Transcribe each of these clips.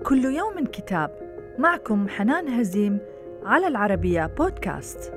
كل يوم كتاب. معكم حنان هزيم على العربية بودكاست.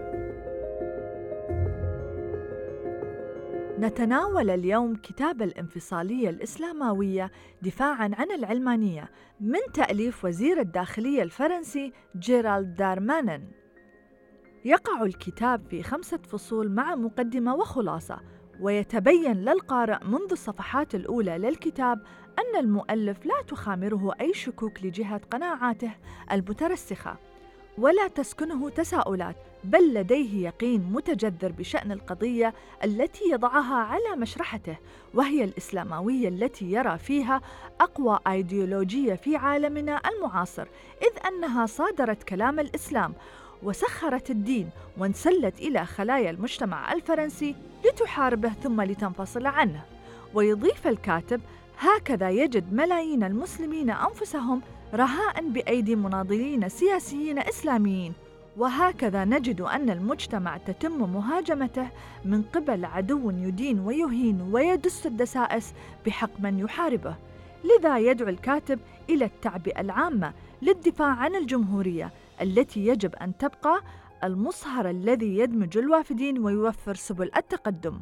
نتناول اليوم كتاب الانفصالية الإسلاموية دفاعاً عن العلمانية من تأليف وزير الداخلية الفرنسي جيرالد دارمانن. يقع الكتاب في 5 فصول مع مقدمة وخلاصة، ويتبين للقارئ منذ الصفحات الأولى للكتاب أن المؤلف لا تخامره أي شكوك لجهة قناعاته المترسخة، ولا تسكنه تساؤلات، بل لديه يقين متجذر بشأن القضية التي يضعها على مشرحته، وهي الإسلاموية التي يرى فيها أقوى أيديولوجية في عالمنا المعاصر، إذ أنها صادرت كلام الإسلام وسخرت الدين وانسلت إلى خلايا المجتمع الفرنسي لتحاربه ثم لتنفصل عنه. ويضيف الكاتب: هكذا يجد ملايين المسلمين أنفسهم رهاء بأيدي مناضلين سياسيين إسلاميين، وهكذا نجد أن المجتمع تتم مهاجمته من قبل عدو يدين ويهين ويدس الدسائس بحق من يحاربه. لذا يدعو الكاتب إلى التعبئة العامة للدفاع عن الجمهورية التي يجب أن تبقى المصهر الذي يدمج الوافدين ويوفر سبل التقدم.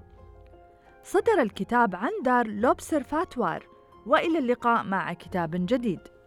صدر الكتاب عن دار لوبسرفاتوار، وإلى اللقاء مع كتاب جديد.